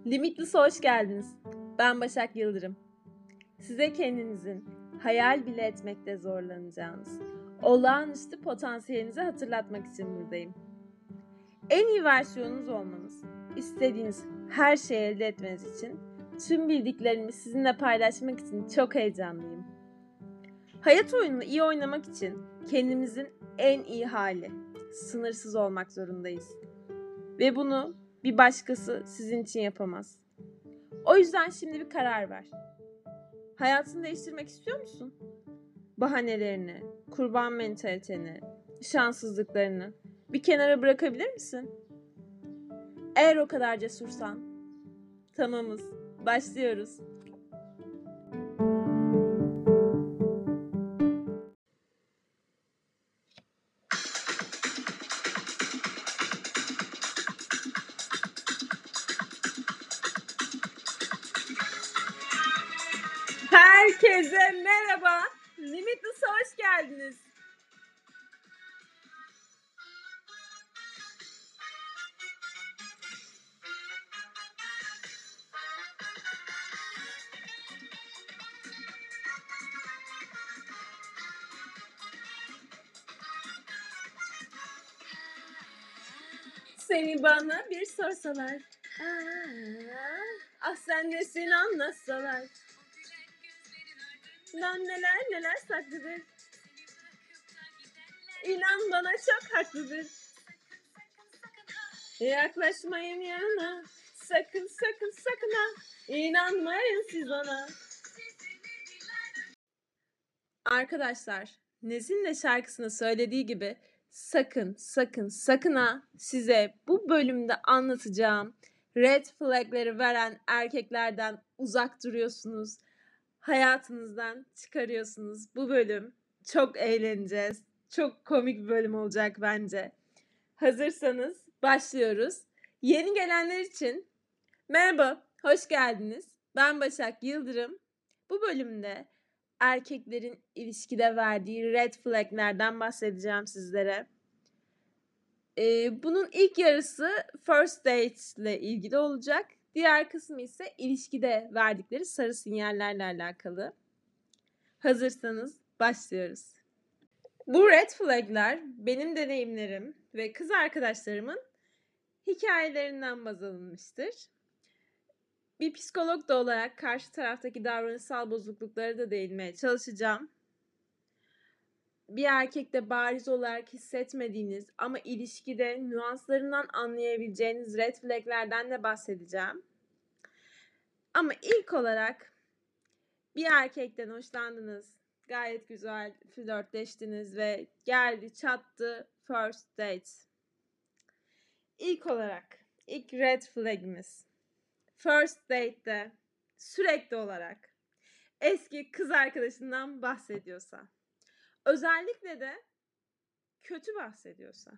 Limitless'e hoş geldiniz. Ben Başak Yıldırım. Size kendinizin hayal bile etmekte zorlanacağınız olağanüstü potansiyelinizi hatırlatmak için buradayım. En iyi versiyonunuz olmanız, istediğiniz her şeyi elde etmeniz için tüm bildiklerimi sizinle paylaşmak için çok heyecanlıyım. Hayat oyununu iyi oynamak için kendimizin en iyi hali, sınırsız olmak zorundayız. Ve bunu bir başkası sizin için yapamaz. O yüzden şimdi bir karar ver. Hayatını değiştirmek istiyor musun? Bahanelerini, kurban mentaliteni, şanssızlıklarını bir kenara bırakabilir misin? Eğer o kadar cesursan, tamamız, başlıyoruz. Herkese merhaba. Limitless'e hoş geldiniz. Seni bana bir sorsalar, sen nesin anlatsalar, neler neler saklıdır. İnan bana çok haklıdır. Yaklaşmayın yanına, sakın ha, inanmayın siz ona. Arkadaşlar, Nesin de şarkısında söylediği gibi sakın ha size bu bölümde anlatacağım red flagleri veren erkeklerden uzak duruyorsunuz. Hayatınızdan çıkarıyorsunuz. Bu bölüm çok eğleneceğiz. Çok komik bir bölüm olacak bence. Hazırsanız başlıyoruz. Yeni gelenler için merhaba, hoş geldiniz. Ben Başak Yıldırım. Bu bölümde erkeklerin ilişkide verdiği red flaglerden bahsedeceğim sizlere. Bunun ilk yarısı first date ile ilgili olacak. Diğer kısmı ise ilişkide verdikleri sarı sinyallerle alakalı. Hazırsanız başlıyoruz. Bu red flagler benim deneyimlerim ve kız arkadaşlarımın hikayelerinden baz alınmıştır. Bir psikolog da olarak karşı taraftaki davranışsal bozukluklara da değinmeye çalışacağım. Bir erkekte bariz olarak hissetmediğiniz ama ilişkide nüanslarından anlayabileceğiniz red flaglerden de bahsedeceğim. Ama ilk olarak bir erkekten hoşlandınız, gayet güzel flörtleştiniz ve geldi çattı first date. İlk olarak ilk red flagimiz first date'de sürekli olarak eski kız arkadaşından bahsediyorsa, özellikle de kötü bahsediyorsa.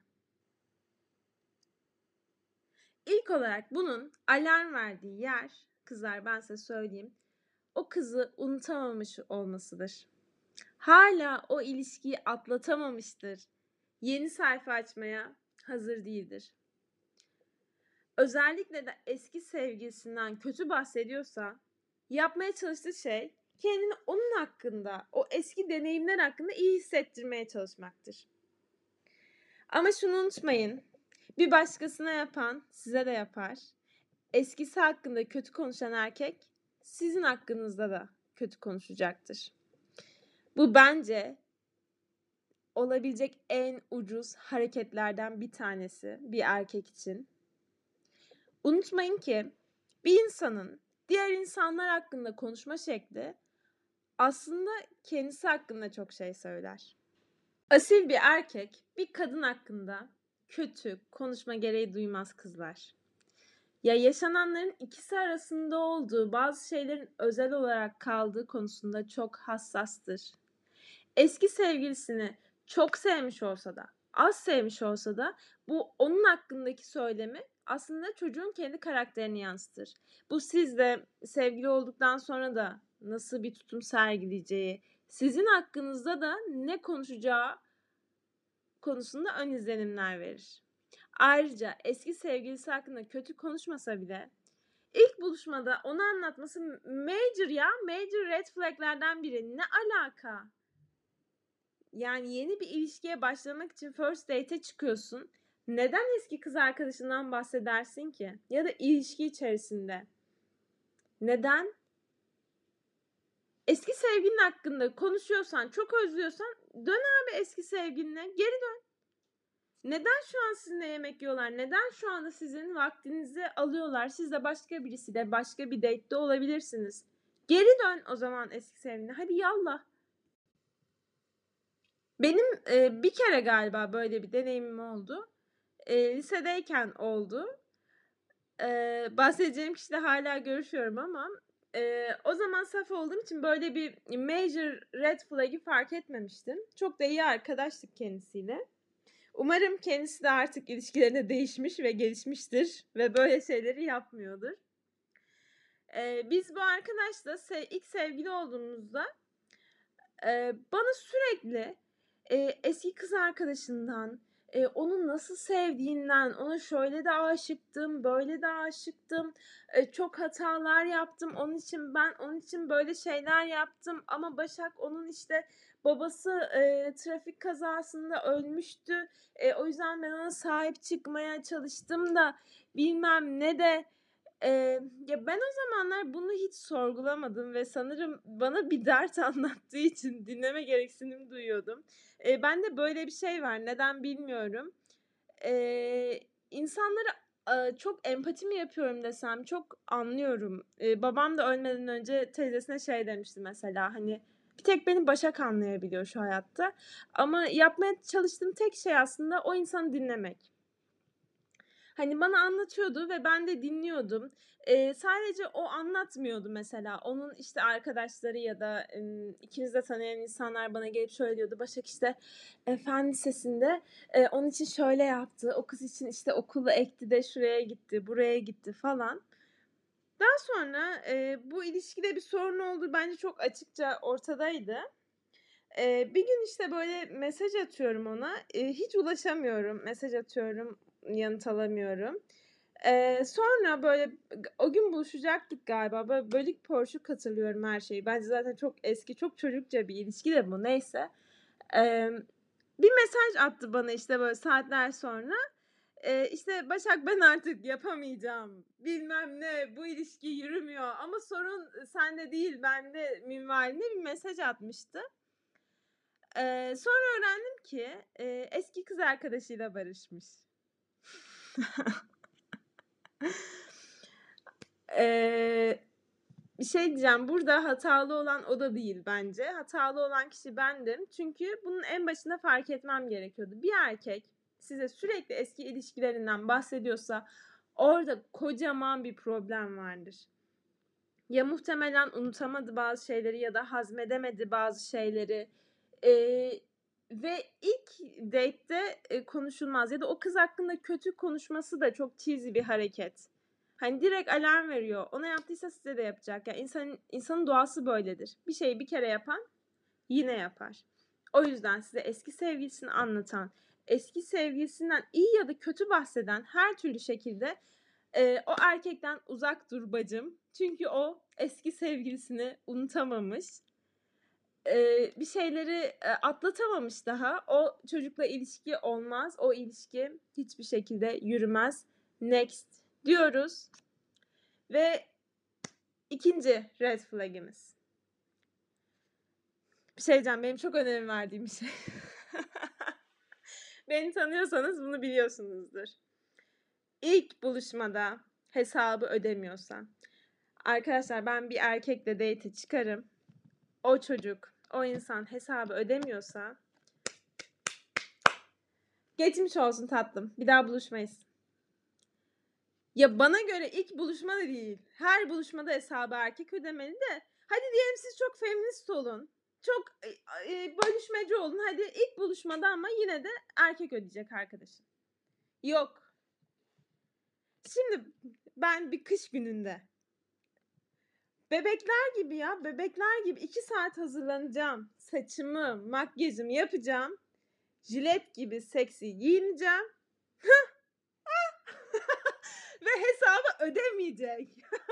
İlk olarak bunun alarm verdiği yer, kızlar ben size söyleyeyim, o kızı unutamamış olmasıdır. Hala o ilişkiyi atlatamamıştır. Yeni sayfa açmaya hazır değildir. Özellikle de eski sevgilisinden kötü bahsediyorsa, yapmaya çalıştığı şey kendini onun hakkında, o eski deneyimler hakkında iyi hissettirmeye çalışmaktır. Ama şunu unutmayın, bir başkasına yapan size de yapar. Eskisi hakkında kötü konuşan erkek sizin hakkınızda da kötü konuşacaktır. Bu bence olabilecek en ucuz hareketlerden bir tanesi bir erkek için. Unutmayın ki bir insanın diğer insanlar hakkında konuşma şekli aslında kendisi hakkında çok şey söyler. Asil bir erkek bir kadın hakkında kötü konuşma gereği duymaz kızlar. Ya yaşananların ikisi arasında olduğu bazı şeylerin özel olarak kaldığı konusunda çok hassastır. Eski sevgilisini çok sevmiş olsa da, az sevmiş olsa da bu onun hakkındaki söylemi aslında çocuğun kendi karakterini yansıtır. Bu sizle sevgili olduktan sonra da nasıl bir tutum sergileyeceği, sizin hakkınızda da ne konuşacağı konusunda ön izlenimler verir. Ayrıca eski sevgilisi hakkında kötü konuşmasa bile İlk buluşmada onu anlatması major ya. Major red flag'lerden biri. Ne alaka? Yani yeni bir ilişkiye başlamak için first date'e çıkıyorsun. Neden eski kız arkadaşından bahsedersin ki? Ya da ilişki içerisinde. Neden? Eski sevgilin hakkında konuşuyorsan, çok özlüyorsan dön abi eski sevgiline, geri dön. Neden şu an sizinle yemek yiyorlar? Neden şu anda sizin vaktinizi alıyorlar? Siz de başka birisiyle başka bir date'de olabilirsiniz. Geri dön o zaman eski sevgiline. Hadi yallah. Benim bir kere galiba böyle bir deneyimim oldu. Lisedeyken oldu. Bahsedeceğim kişiyle hala görüşüyorum ama o zaman saf olduğum için böyle bir major red flag'i fark etmemiştim. Çok da iyi arkadaştık kendisiyle. Umarım kendisi de artık ilişkilerine değişmiş ve gelişmiştir ve böyle şeyleri yapmıyordur. Biz bu arkadaşla ilk sevgili olduğumuzda bana sürekli eski kız arkadaşından, onu nasıl sevdiğinden, ona şöyle de aşıktım, böyle de aşıktım, çok hatalar yaptım, onun için böyle şeyler yaptım ama Başak onun işte babası trafik kazasında ölmüştü, o yüzden ben ona sahip çıkmaya çalıştım da bilmem ne de. Ya ben o zamanlar bunu hiç sorgulamadım ve sanırım bana bir dert anlattığı için dinleme gereksinimi duyuyordum. Bende böyle bir şey var. Neden bilmiyorum. İnsanlara çok empati mi yapıyorum desem çok anlıyorum. Babam da ölmeden önce teyzesine şey demişti mesela hani bir tek beni Başak anlayabiliyor şu hayatta. Ama yapmaya çalıştığım tek şey aslında o insanı dinlemek. Hani bana anlatıyordu ve ben de dinliyordum. Sadece o anlatmıyordu mesela. Onun işte arkadaşları ya da ikimiz de tanıyan insanlar bana gelip şöyle diyordu. Başak işte fen lisesinde onun için şöyle yaptı. O kız için işte okulu ekti de şuraya gitti, buraya gitti falan. Daha sonra bu ilişkide bir sorun olduğu bence çok açıkça ortadaydı. Bir gün işte böyle mesaj atıyorum ona. Hiç ulaşamıyorum. Mesaj atıyorum, yanıt alamıyorum. Sonra böyle o gün buluşacaktık galiba. Böyle bölük pörçük hatırlıyorum her şeyi. Bence zaten çok eski, çok çocukça bir ilişki de bu. Neyse. Bir mesaj attı bana işte böyle saatler sonra. İşte Başak ben artık yapamayacağım. Bilmem ne bu ilişki yürümüyor. Ama sorun sende değil bende minvalinde bir mesaj atmıştı. Sonra öğrendim ki eski kız arkadaşıyla barışmış. Bir şey diyeceğim. Burada hatalı olan o da değil bence. Hatalı olan kişi bendim. Çünkü bunun en başında fark etmem gerekiyordu. Bir erkek size sürekli eski ilişkilerinden bahsediyorsa orada kocaman bir problem vardır. Ya muhtemelen unutamadı bazı şeyleri ya da hazmedemedi bazı şeyleri. Ve ilk date'te konuşulmaz ya da o kız hakkında kötü konuşması da çok cheesy bir hareket. Hani direkt alarm veriyor. Ona yaptıysa size de yapacak. Yani insanın doğası böyledir. Bir şeyi bir kere yapan yine yapar. O yüzden size eski sevgilisini anlatan, eski sevgilisinden iyi ya da kötü bahseden her türlü şekilde o erkekten uzak dur bacım. Çünkü o eski sevgilisini unutamamış. Bir şeyleri atlatamamış daha. O çocukla ilişki olmaz. O ilişki hiçbir şekilde yürümez. Next diyoruz. Ve ikinci red flag'imiz. Bir şey diyeceğim. Benim çok önem verdiğim bir şey. Beni tanıyorsanız bunu biliyorsunuzdur. İlk buluşmada hesabı ödemiyorsa. Arkadaşlar ben bir erkekle date'e çıkarım. O çocuk, o insan hesabı ödemiyorsa geçmiş olsun tatlım. Bir daha buluşmayız. Ya bana göre ilk buluşma da değil. Her buluşmada hesabı erkek ödemeli de. Hadi diyelim siz çok feminist olun. Çok bölüşmeci olun. Hadi ilk buluşmada ama yine de erkek ödeyecek arkadaşım. Yok. Şimdi ben bir kış gününde bebekler gibi ya, bebekler gibi 2 saat hazırlanacağım. Saçımı, makyajımı yapacağım. Jilet gibi seksi giyineceğim. Ve hesabı ödemeyecek.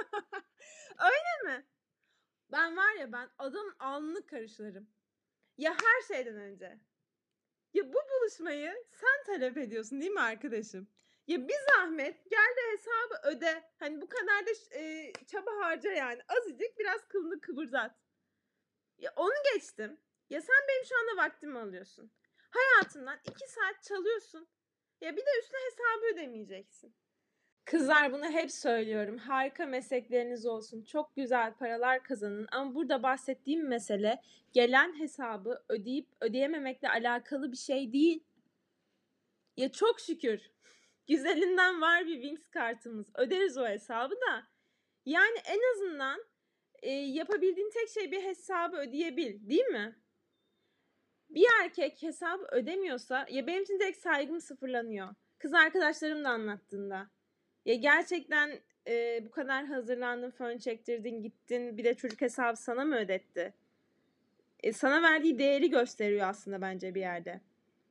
Ben var ya, ben adamın alnını karıştırırım. Ya her şeyden önce. Ya bu buluşmayı sen talep ediyorsun değil mi arkadaşım? Ya bir zahmet gel de hesabı öde. Hani bu kadar da çaba harca yani. Azıcık biraz kılını kıvırzat. Ya onu geçtim. Ya sen benim şu anda vaktimi alıyorsun. Hayatından 2 saat çalıyorsun. Ya bir de üstüne hesabı ödemeyeceksin. Kızlar, bunu hep söylüyorum. Harika meslekleriniz olsun. Çok güzel paralar kazanın. Ama burada bahsettiğim mesele gelen hesabı ödeyip ödeyememekle alakalı bir şey değil. Ya çok şükür. Güzelinden var bir Wings kartımız. Öderiz o hesabı da. Yani en azından yapabildiğin tek şey bir hesabı ödeyebil, değil mi? Bir erkek hesabı ödemiyorsa ya benim için direkt saygım sıfırlanıyor. Kız arkadaşlarım da anlattığında. Ya gerçekten bu kadar hazırlandın, fön çektirdin, gittin, bir de çocuk hesabı sana mı ödetti? Sana verdiği değeri gösteriyor aslında bence bir yerde.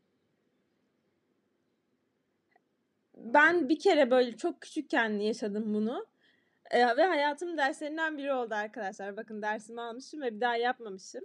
Ben bir kere böyle çok küçükken yaşadım bunu. Ve hayatımın derslerinden biri oldu arkadaşlar. Bakın, dersimi almışım ve bir daha yapmamışım.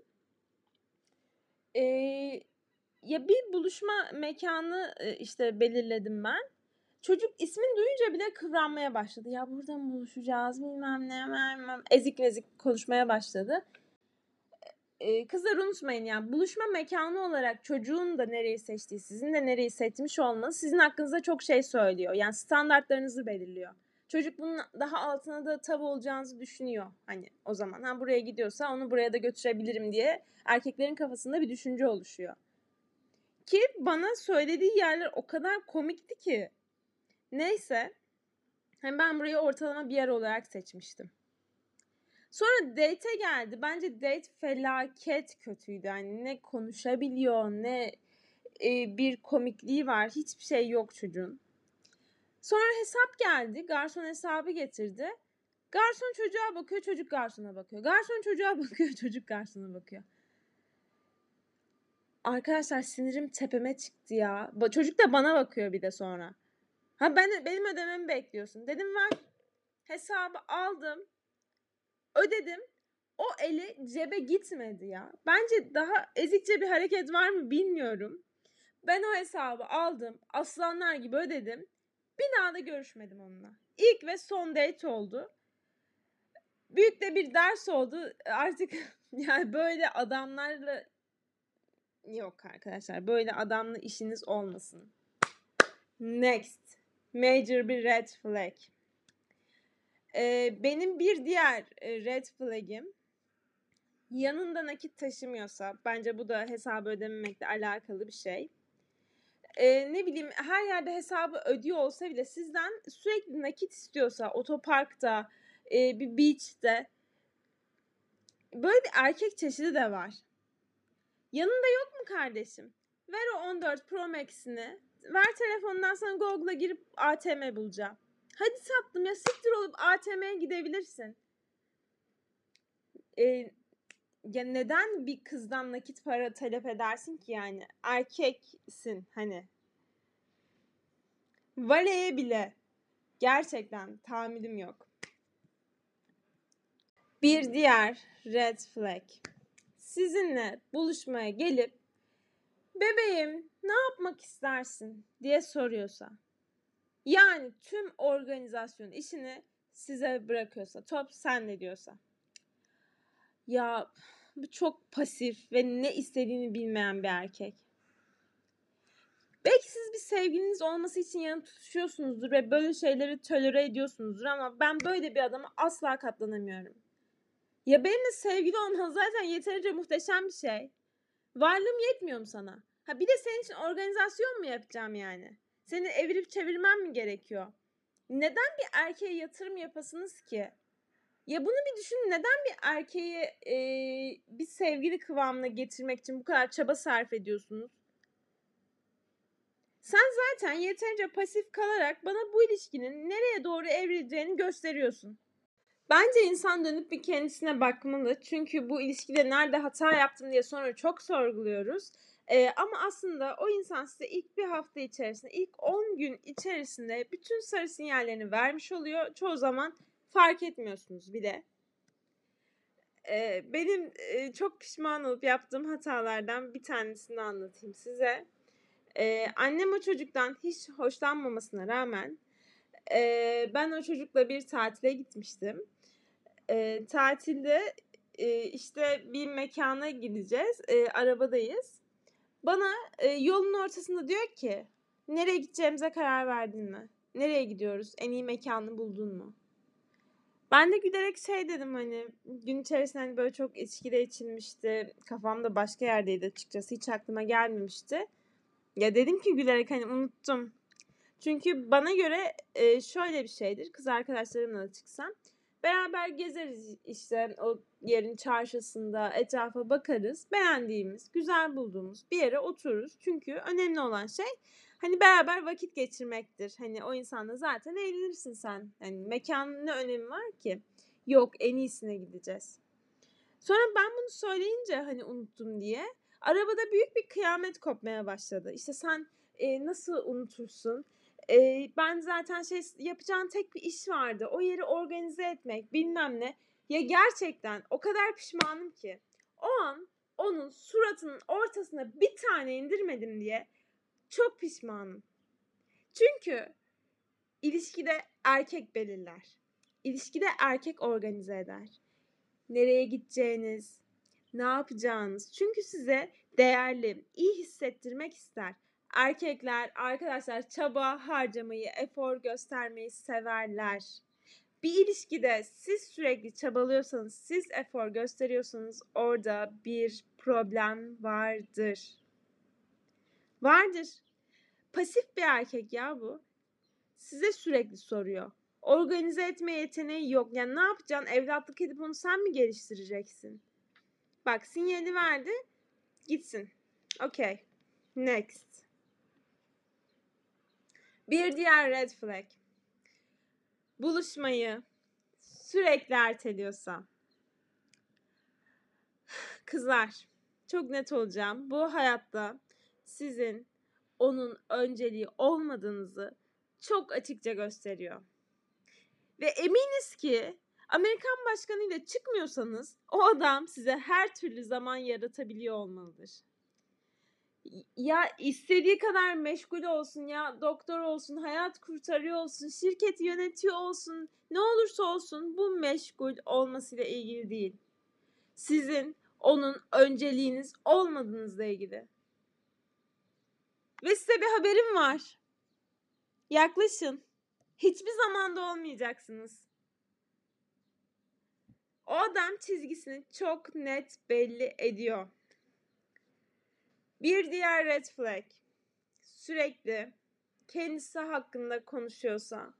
Ya bir buluşma mekanı işte belirledim ben. Çocuk ismini duyunca bile kıvranmaya başladı. Ya burada mı buluşacağız bilmem ne, bilmem. Ezik ezik konuşmaya başladı. Kızlar, unutmayın ya, buluşma mekanı olarak çocuğun da nereyi seçtiği, sizin de nereyi seçmiş olmanız sizin hakkınızda çok şey söylüyor. Yani standartlarınızı belirliyor. Çocuk bunun daha altına da tav olacağınızı düşünüyor. Hani o zaman buraya gidiyorsa onu buraya da götürebilirim diye erkeklerin kafasında bir düşünce oluşuyor. Ki bana söylediği yerler o kadar komikti ki. Neyse. Hani ben burayı ortalama bir yer olarak seçmiştim. Sonra date'e geldi. Bence date felaket kötüydü. Yani ne konuşabiliyor, ne bir komikliği var. Hiçbir şey yok çocuğun. Sonra hesap geldi. Garson hesabı getirdi. Garson çocuğa bakıyor, çocuk garsona bakıyor. Garson çocuğa bakıyor, çocuk garsona bakıyor. Arkadaşlar, sinirim tepeme çıktı ya. Çocuk da bana bakıyor bir de sonra. Benim ödememi bekliyorsun. Dedim ver. Hesabı aldım. Ödedim. O eli cebe gitmedi ya. Bence daha ezikçe bir hareket var mı bilmiyorum. Ben o hesabı aldım. Aslanlar gibi ödedim. Bir daha da görüşmedim onunla. İlk ve son date oldu. Büyük de bir ders oldu. Artık yani böyle adamlarla yok arkadaşlar. Böyle adamla işiniz olmasın. Next. Major bir red flag. Benim bir diğer red flag'im, yanında nakit taşımıyorsa, bence bu da hesabı ödememekle alakalı bir şey. Ne bileyim, her yerde hesabı ödüyor olsa bile sizden sürekli nakit istiyorsa, otoparkta, bir beach'te, böyle bir erkek çeşidi de var. Yanında yok mu kardeşim? Ver o 14 Pro Max'ini. Ver telefonundan, sana Google'a girip ATM bulacağım. Hadi tatlım ya, siktir olup ATM'ye gidebilirsin. Ya neden bir kızdan nakit para talep edersin ki yani? Erkeksin hani. Valeye bile gerçekten tahammülüm yok. Bir diğer red flag. Sizinle buluşmaya gelip bebeğim ne yapmak istersin diye soruyorsa. Yani tüm organizasyon işini size bırakıyorsa, top sende diyorsa. Ya bu çok pasif ve ne istediğini bilmeyen bir erkek. Belki siz bir sevgiliniz olması için yanı tutuşuyorsunuzdur ve böyle şeyleri tolere ediyorsunuzdur ama ben böyle bir adama asla katlanamıyorum. Ya benimle sevgili olman zaten yeterince muhteşem bir şey. Varlığım yetmiyor mu sana? Bir de senin için organizasyon mu yapacağım yani? Seni evirip çevirmem mi gerekiyor? Neden bir erkeğe yatırım yapasınız ki? Ya bunu bir düşünün. Neden bir erkeği bir sevgili kıvamına getirmek için bu kadar çaba sarf ediyorsunuz? Sen zaten yeterince pasif kalarak bana bu ilişkinin nereye doğru evrileceğini gösteriyorsun. Bence insan dönüp bir kendisine bakmalı. Çünkü bu ilişkide nerede hata yaptım diye sonra çok sorguluyoruz. Ama aslında o insan size ilk bir hafta içerisinde, ilk 10 gün içerisinde bütün sarı sinyallerini vermiş oluyor. Çoğu zaman fark etmiyorsunuz bile. Benim çok pişman olup yaptığım hatalardan bir tanesini anlatayım size. Annem o çocuktan hiç hoşlanmamasına rağmen ben o çocukla bir tatile gitmiştim. Tatilde işte bir mekana gideceğiz. Arabadayız. Bana yolun ortasında diyor ki nereye gideceğimize karar verdin mi? Nereye gidiyoruz? En iyi mekanı buldun mu? Ben de gülerek şey dedim hani gün içerisinde hani böyle çok içki de içilmişti. Kafam da başka yerdeydi açıkçası. Hiç aklıma gelmemişti. Ya dedim ki gülerek hani unuttum. Çünkü bana göre şöyle bir şeydir. Kız arkadaşlarımla da çıksam. Beraber gezeriz işte o yerin çarşısında etrafa bakarız. Beğendiğimiz, güzel bulduğumuz bir yere otururuz. Çünkü önemli olan şey hani beraber vakit geçirmektir. Hani o insanla zaten eğlenirsin sen. Yani mekanın ne önemi var ki? Yok en iyisine gideceğiz. Sonra ben bunu söyleyince hani unuttum diye arabada büyük bir kıyamet kopmaya başladı. İşte sen nasıl unutursun? Ben zaten yapacağın tek bir iş vardı. O yeri organize etmek bilmem ne. Ya gerçekten o kadar pişmanım ki. O an onun suratının ortasına bir tane indirmedim diye çok pişmanım. Çünkü ilişkide erkek belirler. İlişkide erkek organize eder. Nereye gideceğiniz, ne yapacağınız. Çünkü size değerli, iyi hissettirmek ister. Erkekler, arkadaşlar çaba harcamayı, efor göstermeyi severler. Bir ilişkide siz sürekli çabalıyorsanız, siz efor gösteriyorsanız orada bir problem vardır. Vardır. Pasif bir erkek ya bu. Size sürekli soruyor. Organize etme yeteneği yok. Yani ne yapacaksın? Evlatlık edip onu sen mi geliştireceksin? Bak sinyali verdi. Gitsin. Okay. Next. Bir diğer red flag. Buluşmayı sürekli erteliyorsa. Kızlar, çok net olacağım. Bu hayatta sizin onun önceliği olmadığınızı çok açıkça gösteriyor. Ve eminiz ki Amerikan başkanıyla çıkmıyorsanız o adam size her türlü zaman yaratabiliyor olmalıdır. Ya istediği kadar meşgul olsun ya doktor olsun, hayat kurtarıyor olsun, şirketi yönetiyor olsun, ne olursa olsun bu meşgul olmasıyla ilgili değil. Sizin onun önceliğiniz olmadığınızla ilgili. Ve size bir haberim var. Yaklaşın. Hiçbir zamanda olmayacaksınız. O adam çizgisini çok net belli ediyor. Bir diğer red flag. Sürekli kendisi hakkında konuşuyorsa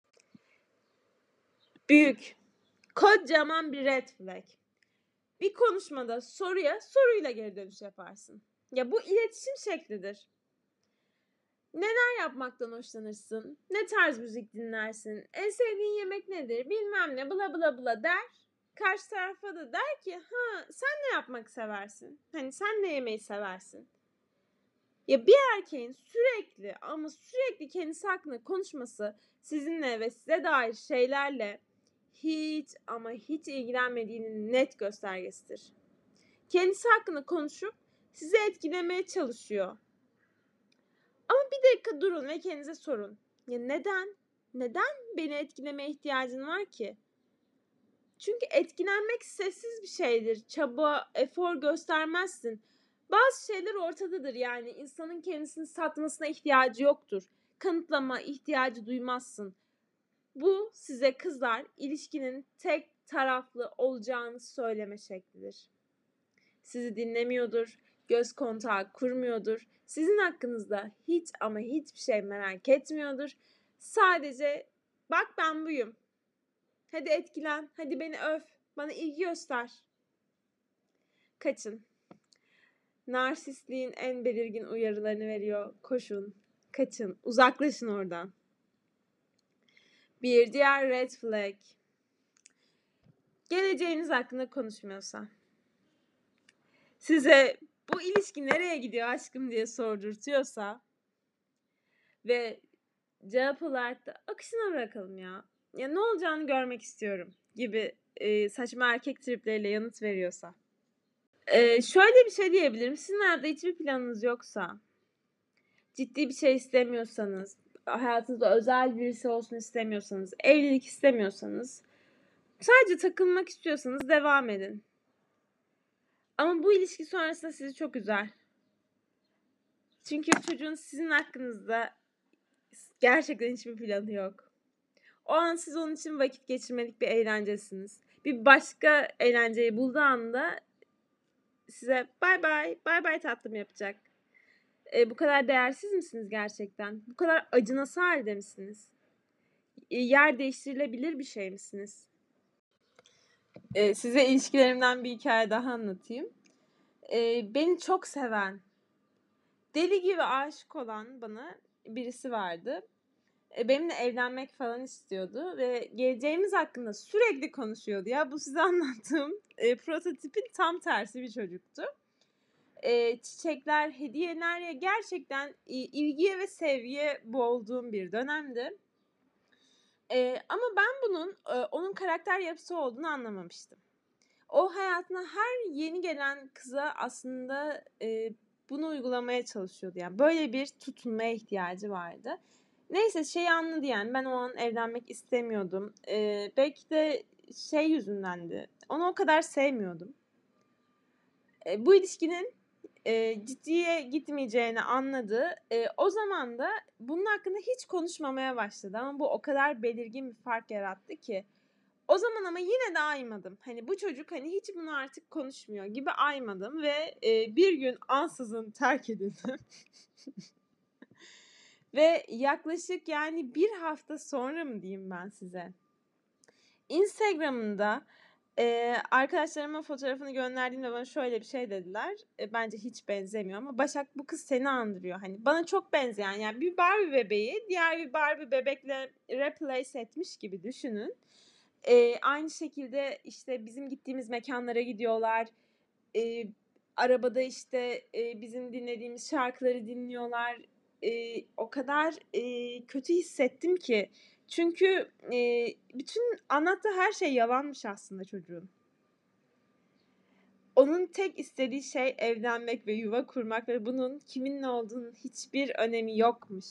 büyük, kocaman bir red flag. Bir konuşmada soruya soruyla geri dönüş yaparsın. Ya bu iletişim şeklidir. Neler yapmaktan hoşlanırsın? Ne tarz müzik dinlersin? En sevdiğin yemek nedir? Bilmem ne bla bla bla der. Karşı tarafa da der ki sen ne yapmak seversin? Hani sen ne yemeyi seversin? Ya bir erkeğin sürekli ama sürekli kendisi hakkında konuşması sizinle ve size dair şeylerle hiç ama hiç ilgilenmediğinin net göstergesidir. Kendisi hakkında konuşup sizi etkilemeye çalışıyor. Ama bir dakika durun ve kendinize sorun. Ya neden? Neden beni etkilemeye ihtiyacın var ki? Çünkü etkilenmek sessiz bir şeydir. Çaba, efor göstermezsin. Bazı şeyler ortadadır yani insanın kendisini satmasına ihtiyacı yoktur. Kanıtlama ihtiyacı duymazsın. Bu size kızlar ilişkinin tek taraflı olacağını söyleme şeklidir. Sizi dinlemiyordur, göz kontağı kurmuyordur. Sizin hakkınızda hiç ama hiçbir şey merak etmiyordur. Sadece bak ben buyum. Hadi etkilen, hadi beni öv, bana ilgi göster. Kaçın. Narsistliğin en belirgin uyarılarını veriyor. Koşun, kaçın, uzaklaşın oradan. Bir diğer red flag. Geleceğiniz hakkında konuşmuyorsa. Size bu ilişki nereye gidiyor aşkım diye sordurtuyorsa ve cevap olarak da akışına bırakalım ya. ya ne olacağını görmek istiyorum gibi saçma erkek tripleriyle yanıt veriyorsa. Şöyle bir şey diyebilirim. Sizin hayatında hiçbir planınız yoksa, ciddi bir şey istemiyorsanız, hayatınızda özel birisi olsun istemiyorsanız, evlilik istemiyorsanız, sadece takılmak istiyorsanız devam edin. Ama bu ilişki sonrasında sizi çok üzer. Çünkü çocuğun sizin hakkınızda gerçekten hiçbir planı yok. O an siz onun için vakit geçirmelik bir eğlencesiniz. Bir başka eğlenceyi bulduğu anda size bay bay tatlım yapacak. Bu kadar değersiz misiniz gerçekten? Bu kadar acınası halde misiniz? Yer değiştirilebilir bir şey misiniz? Size ilişkilerimden bir hikaye daha anlatayım. Beni çok seven, deli gibi aşık olan bana birisi vardı. Benimle evlenmek falan istiyordu ve geleceğimiz hakkında sürekli konuşuyordu. Ya bu size anlattığım prototipin tam tersi bir çocuktu. Çiçekler, hediyeler, ya gerçekten ilgiye ve sevgiye boğulduğum bir dönemdi. Ama ben bunun onun karakter yapısı olduğunu anlamamıştım. O hayatına her yeni gelen kıza aslında bunu uygulamaya çalışıyordu. Yani böyle bir tutunmaya ihtiyacı vardı. Neyse şeyi anladı, yani ben o an evlenmek istemiyordum. Belki de şey yüzündendi. Onu o kadar sevmiyordum. Bu ilişkinin ciddiye gitmeyeceğini anladı. O zaman da bunun hakkında hiç konuşmamaya başladı. Ama bu o kadar belirgin bir fark yarattı ki. O zaman ama yine de aymadım. Hani bu çocuk hani hiç bunu artık konuşmuyor gibi aymadım ve bir gün ansızın terk edildim. Ve yaklaşık yani bir hafta sonra mı diyeyim ben size, Instagram'ında arkadaşlarıma fotoğrafını gönderdiğimde bana şöyle bir şey dediler. Bence hiç benzemiyor ama Başak, bu kız seni andırıyor. Hani bana çok benzeyen, yani bir Barbie bebeği diğer bir Barbie bebekle replace etmiş gibi düşünün. Aynı şekilde işte bizim gittiğimiz mekanlara gidiyorlar. Arabada işte bizim dinlediğimiz şarkıları dinliyorlar. O kadar kötü hissettim ki. Çünkü bütün anlattığı her şey yalanmış aslında çocuğun. Onun tek istediği şey evlenmek ve yuva kurmak ve bunun kiminle olduğunun hiçbir önemi yokmuş.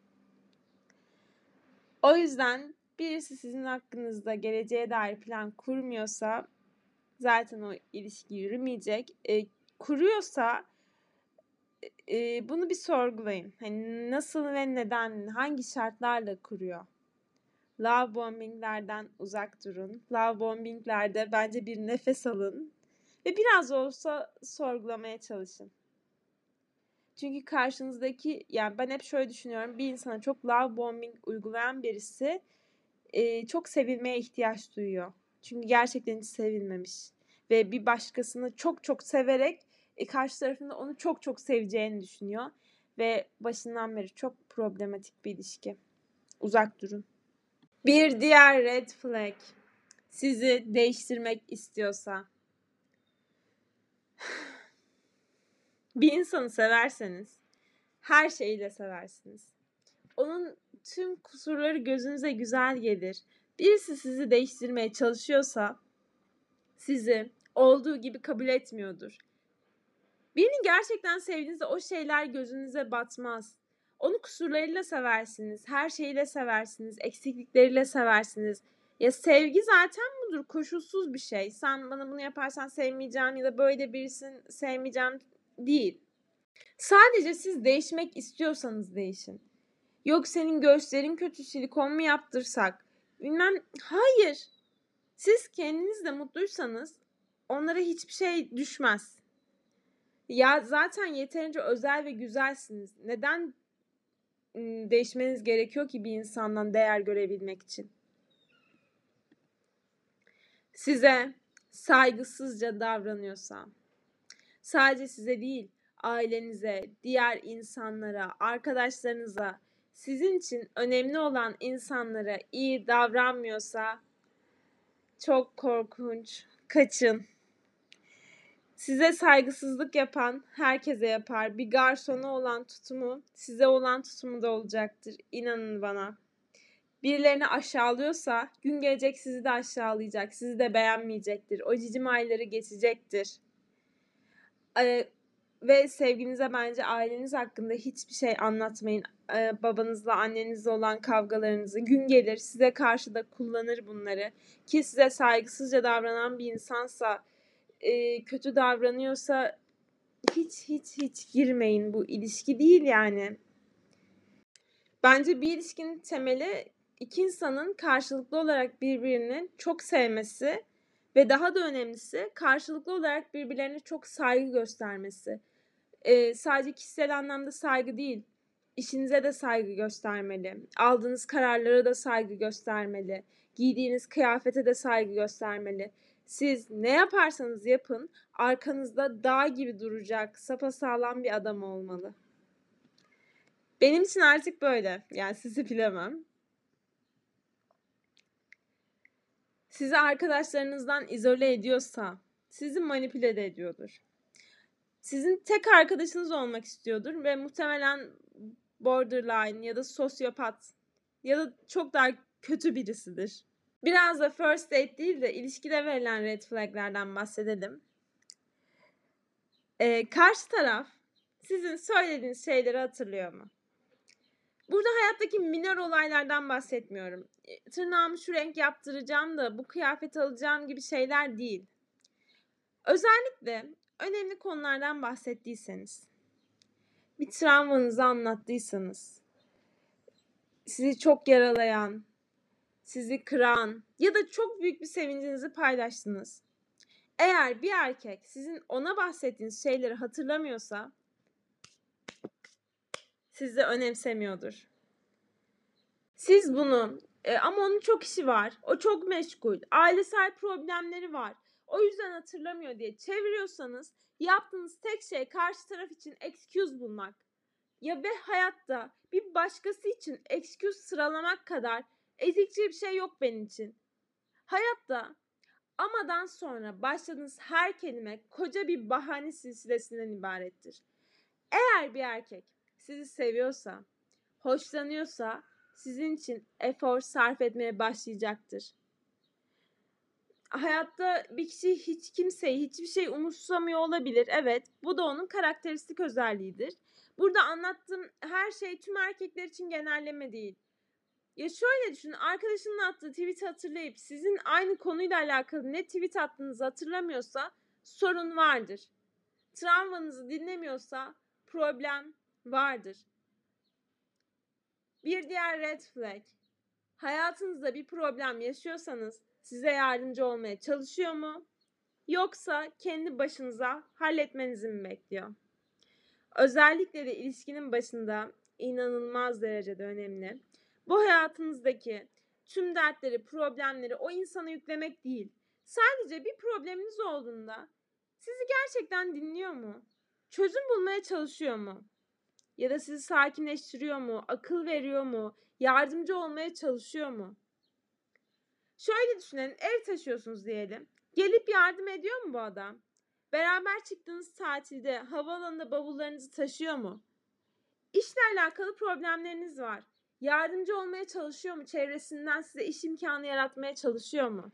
O yüzden birisi sizin hakkınızda geleceğe dair plan kurmuyorsa zaten o ilişki yürümeyecek. Kuruyorsa bunu bir sorgulayın. Hani nasıl ve neden, hangi şartlarla kuruyor? Love bombinglerden uzak durun. Love bombinglerde bence bir nefes alın ve biraz olsa sorgulamaya çalışın. Çünkü karşınızdaki, yani ben hep şöyle düşünüyorum, bir insana çok love bombing uygulayan birisi çok sevilmeye ihtiyaç duyuyor. Çünkü gerçekten hiç sevilmemiş ve bir başkasını çok çok severek karşı tarafında onu çok çok seveceğini düşünüyor ve başından beri çok problematik bir ilişki. Uzak durun. Bir diğer red flag, sizi değiştirmek istiyorsa. Bir insanı severseniz her şeyiyle seversiniz. Onun tüm kusurları gözünüze güzel gelir. Birisi sizi değiştirmeye çalışıyorsa sizi olduğu gibi kabul etmiyordur. Birini gerçekten sevdiğinizde o şeyler gözünüze batmaz. Onu kusurlarıyla seversiniz, her şeyiyle seversiniz, eksiklikleriyle seversiniz. Ya sevgi zaten budur, koşulsuz bir şey. Sen bana bunu yaparsan sevmeyeceğim ya da böyle birisin sevmeyeceğim değil. Sadece siz değişmek istiyorsanız değişin. Yok senin göğüslerin kötü, silikon mu yaptırsak? Bilmem. Hayır. Siz kendinizle mutluysanız onlara hiçbir şey düşmez. Ya zaten yeterince özel ve güzelsiniz. Neden değişmeniz gerekiyor ki bir insandan değer görebilmek için? Size saygısızca davranıyorsa, sadece size değil, ailenize, diğer insanlara, arkadaşlarınıza, sizin için önemli olan insanlara iyi davranmıyorsa çok korkunç. Kaçın. Size saygısızlık yapan herkese yapar. Bir garsona olan tutumu size olan tutumu da olacaktır. İnanın bana. birilerini aşağılıyorsa gün gelecek sizi de aşağılayacak, sizi de beğenmeyecektir. O cicim ayları geçecektir. Ve sevginize bence aileniz hakkında hiçbir şey anlatmayın. Babanızla annenizle olan kavgalarınızı. Gün gelir size karşı da kullanır bunları. Ki size saygısızca davranan bir insansa, kötü davranıyorsa hiç girmeyin. Bu ilişki değil yani. Bence bir ilişkinin temeli iki insanın karşılıklı olarak birbirini çok sevmesi ve daha da önemlisi karşılıklı olarak birbirlerine çok saygı göstermesi. Sadece kişisel anlamda saygı değil, işinize de saygı göstermeli, aldığınız kararlara da saygı göstermeli, giydiğiniz kıyafete de saygı göstermeli. Siz ne yaparsanız yapın, arkanızda dağ gibi duracak, sapasağlam bir adam olmalı. Benim için artık böyle. Yani sizi bilemem. Sizi arkadaşlarınızdan izole ediyorsa, sizi manipüle de ediyordur. Sizin tek arkadaşınız olmak istiyordur ve muhtemelen borderline ya da sosyopat ya da çok daha kötü birisidir. Biraz da first date değil de ilişkide verilen red flaglerden bahsedelim. Karşı taraf sizin söylediğiniz şeyleri hatırlıyor mu? Burada hayattaki minor olaylardan bahsetmiyorum. Tırnağımı şu renk yaptıracağım da bu kıyafeti alacağım gibi şeyler değil. Özellikle önemli konulardan bahsettiyseniz, bir travmanızı anlattıysanız, sizi çok yaralayan, sizi kıran ya da çok büyük bir sevincinizi paylaştınız. Eğer bir erkek sizin ona bahsettiğiniz şeyleri hatırlamıyorsa, sizi önemsemiyordur. Siz bunu ama onun çok işi var, o çok meşgul, ailesel problemleri var, o yüzden hatırlamıyor diye çeviriyorsanız yaptığınız tek şey karşı taraf için excuse bulmak. Ya ve hayatta bir başkası için excuse sıralamak kadar ezikçe bir şey yok benim için. Hayatta amadan sonra başladığınız her kelime koca bir bahane silsilesinden ibarettir. Eğer bir erkek sizi seviyorsa, hoşlanıyorsa sizin için efor sarf etmeye başlayacaktır. Hayatta bir kişi hiç kimseyi, hiçbir şey umursamıyor olabilir. Evet, bu da onun karakteristik özelliğidir. Burada anlattığım her şey tüm erkekler için genelleme değil. Ya şöyle düşünün, arkadaşının attığı tweet'i hatırlayıp sizin aynı konuyla alakalı ne tweet attığınızı hatırlamıyorsa sorun vardır. Travmanızı dinlemiyorsa problem vardır. Bir diğer red flag. Hayatınızda bir problem yaşıyorsanız size yardımcı olmaya çalışıyor mu? Yoksa kendi başınıza halletmenizi mi bekliyor? Özellikle de ilişkinin başında inanılmaz derecede önemli. Bu hayatınızdaki tüm dertleri, problemleri o insana yüklemek değil. Sadece bir probleminiz olduğunda sizi gerçekten dinliyor mu? Çözüm bulmaya çalışıyor mu? Ya da sizi sakinleştiriyor mu? Akıl veriyor mu? Yardımcı olmaya çalışıyor mu? Şöyle düşünün, ev taşıyorsunuz diyelim. Gelip yardım ediyor mu bu adam? Beraber çıktığınız tatilde havaalanında bavullarınızı taşıyor mu? İşle alakalı problemleriniz var. Yardımcı olmaya çalışıyor mu? Çevresinden size iş imkanı yaratmaya çalışıyor mu?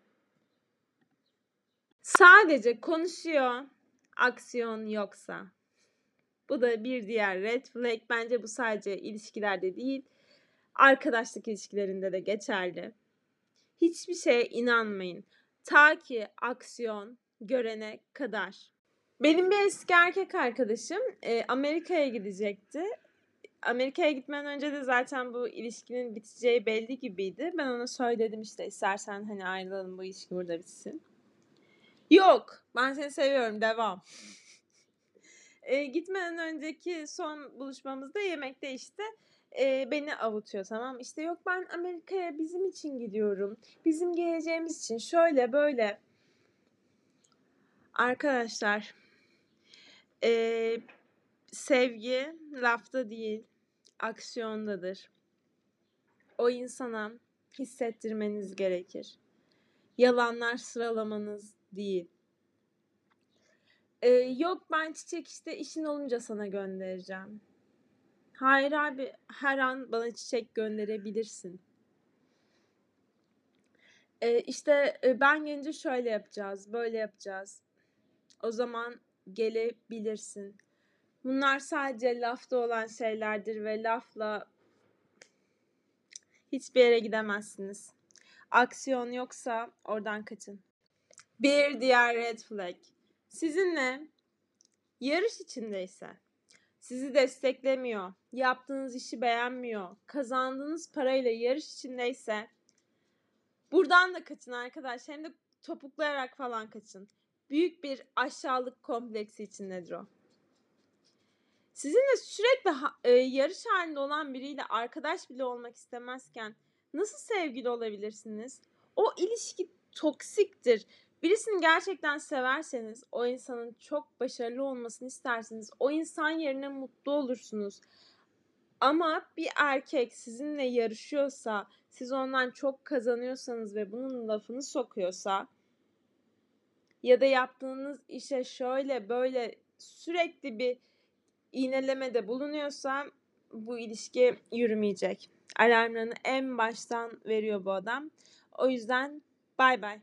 Sadece konuşuyor, aksiyon yoksa. Bu da bir diğer red flag. Bence bu sadece ilişkilerde değil, arkadaşlık ilişkilerinde de geçerli. Hiçbir şeye inanmayın. Ta ki aksiyon görene kadar. Benim bir eski erkek arkadaşım Amerika'ya gidecekti. Amerika'ya gitmeden önce de zaten bu ilişkinin biteceği belli gibiydi. Ben ona söyledim işte istersen hani ayrılalım, bu ilişki burada bitsin. Yok, ben seni seviyorum, devam. Gitmeden önceki son buluşmamızda yemekte işte beni avutuyor, tamam. İşte yok, ben Amerika'ya bizim için gidiyorum. Bizim geleceğimiz için şöyle böyle. Arkadaşlar, sevgi lafta değil, aksiyondadır. O insana hissettirmeniz gerekir. Yalanlar sıralamanız değil. Yok, ben çiçek işte işin olunca sana göndereceğim. Hayır abi, her an bana çiçek gönderebilirsin. Ben gelince şöyle yapacağız, böyle yapacağız. O zaman gelebilirsin. Bunlar sadece lafta olan şeylerdir ve lafla hiçbir yere gidemezsiniz. Aksiyon yoksa oradan kaçın. Bir diğer red flag. Sizinle yarış içindeyse, sizi desteklemiyor, yaptığınız işi beğenmiyor, kazandığınız parayla yarış içindeyse buradan da kaçın arkadaş. Hem de topuklayarak falan kaçın. Büyük bir aşağılık kompleksi içindedir o. Sizinle sürekli yarış halinde olan biriyle arkadaş bile olmak istemezken nasıl sevgili olabilirsiniz? O ilişki toksiktir. Birisini gerçekten severseniz o insanın çok başarılı olmasını istersiniz. O insan yerine mutlu olursunuz. Ama bir erkek sizinle yarışıyorsa, siz ondan çok kazanıyorsanız ve bunun lafını sokuyorsa ya da yaptığınız işe şöyle böyle sürekli bir iğnelemede bulunuyorsa bu ilişki yürümeyecek. Alarmlarını en baştan veriyor bu adam. O yüzden bye bye.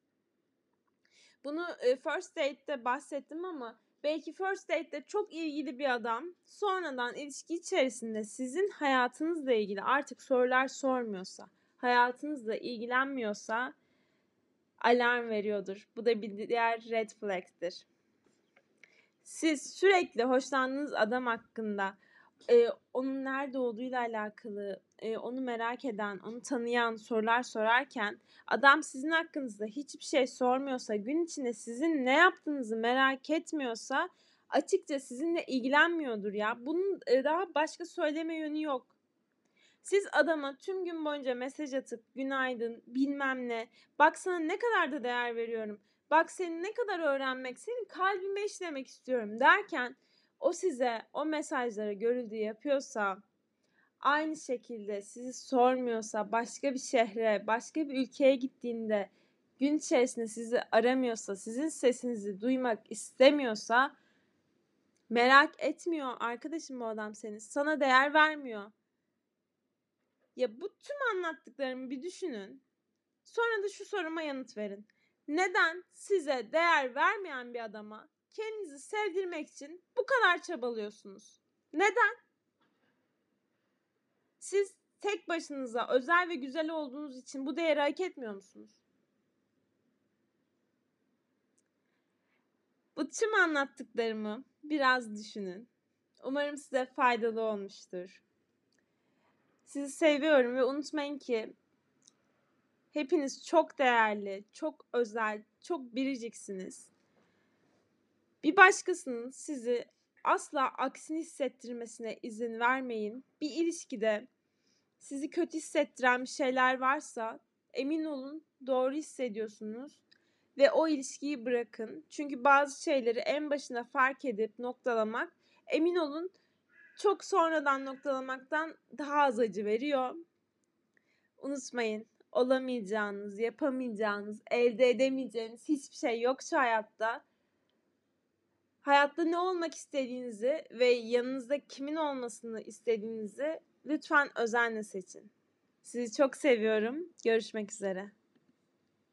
Bunu first date'te bahsettim ama belki first date'te çok ilgili bir adam sonradan ilişki içerisinde sizin hayatınızla ilgili artık sorular sormuyorsa, hayatınızla ilgilenmiyorsa alarm veriyordur. Bu da bir diğer red flag'tir. Siz sürekli hoşlandığınız adam hakkında onun nerede olduğuyla alakalı, onu merak eden, onu tanıyan sorular sorarken adam sizin hakkınızda hiçbir şey sormuyorsa, gün içinde sizin ne yaptığınızı merak etmiyorsa açıkça sizinle ilgilenmiyordur ya. Bunun daha başka söyleme yönü yok. Siz adama tüm gün boyunca mesaj atıp günaydın bilmem ne, bak sana ne kadar da değer veriyorum, bak seni ne kadar öğrenmek, senin kalbime işlemek istiyorum derken o size o mesajları görüldüğü yapıyorsa, aynı şekilde sizi sormuyorsa, başka bir şehre, başka bir ülkeye gittiğinde gün içerisinde sizi aramıyorsa, sizin sesinizi duymak istemiyorsa merak etmiyor arkadaşım bu adam seni. Sana değer vermiyor. Ya bu tüm anlattıklarımı bir düşünün. Sonra da şu soruma yanıt verin. Neden size değer vermeyen bir adama kendinizi sevdirmek için bu kadar çabalıyorsunuz? Neden? Siz tek başınıza özel ve güzel olduğunuz için bu değeri hak etmiyor musunuz? Bu tüm anlattıklarımı biraz düşünün. Umarım size faydalı olmuştur. Sizi seviyorum ve unutmayın ki hepiniz çok değerli, çok özel, çok biriciksiniz. Bir başkasının sizi asla aksini hissettirmesine izin vermeyin. Bir ilişkide sizi kötü hissettiren bir şeyler varsa emin olun doğru hissediyorsunuz ve o ilişkiyi bırakın. Çünkü bazı şeyleri en başına fark edip noktalamak emin olun çok sonradan noktalamaktan daha az acı veriyor. Unutmayın, olamayacağınız, yapamayacağınız, elde edemeyeceğiniz hiçbir şey yok şu hayatta. Hayatta ne olmak istediğinizi ve yanınızda kimin olmasını istediğinizi lütfen özenle seçin. Sizi çok seviyorum. Görüşmek üzere.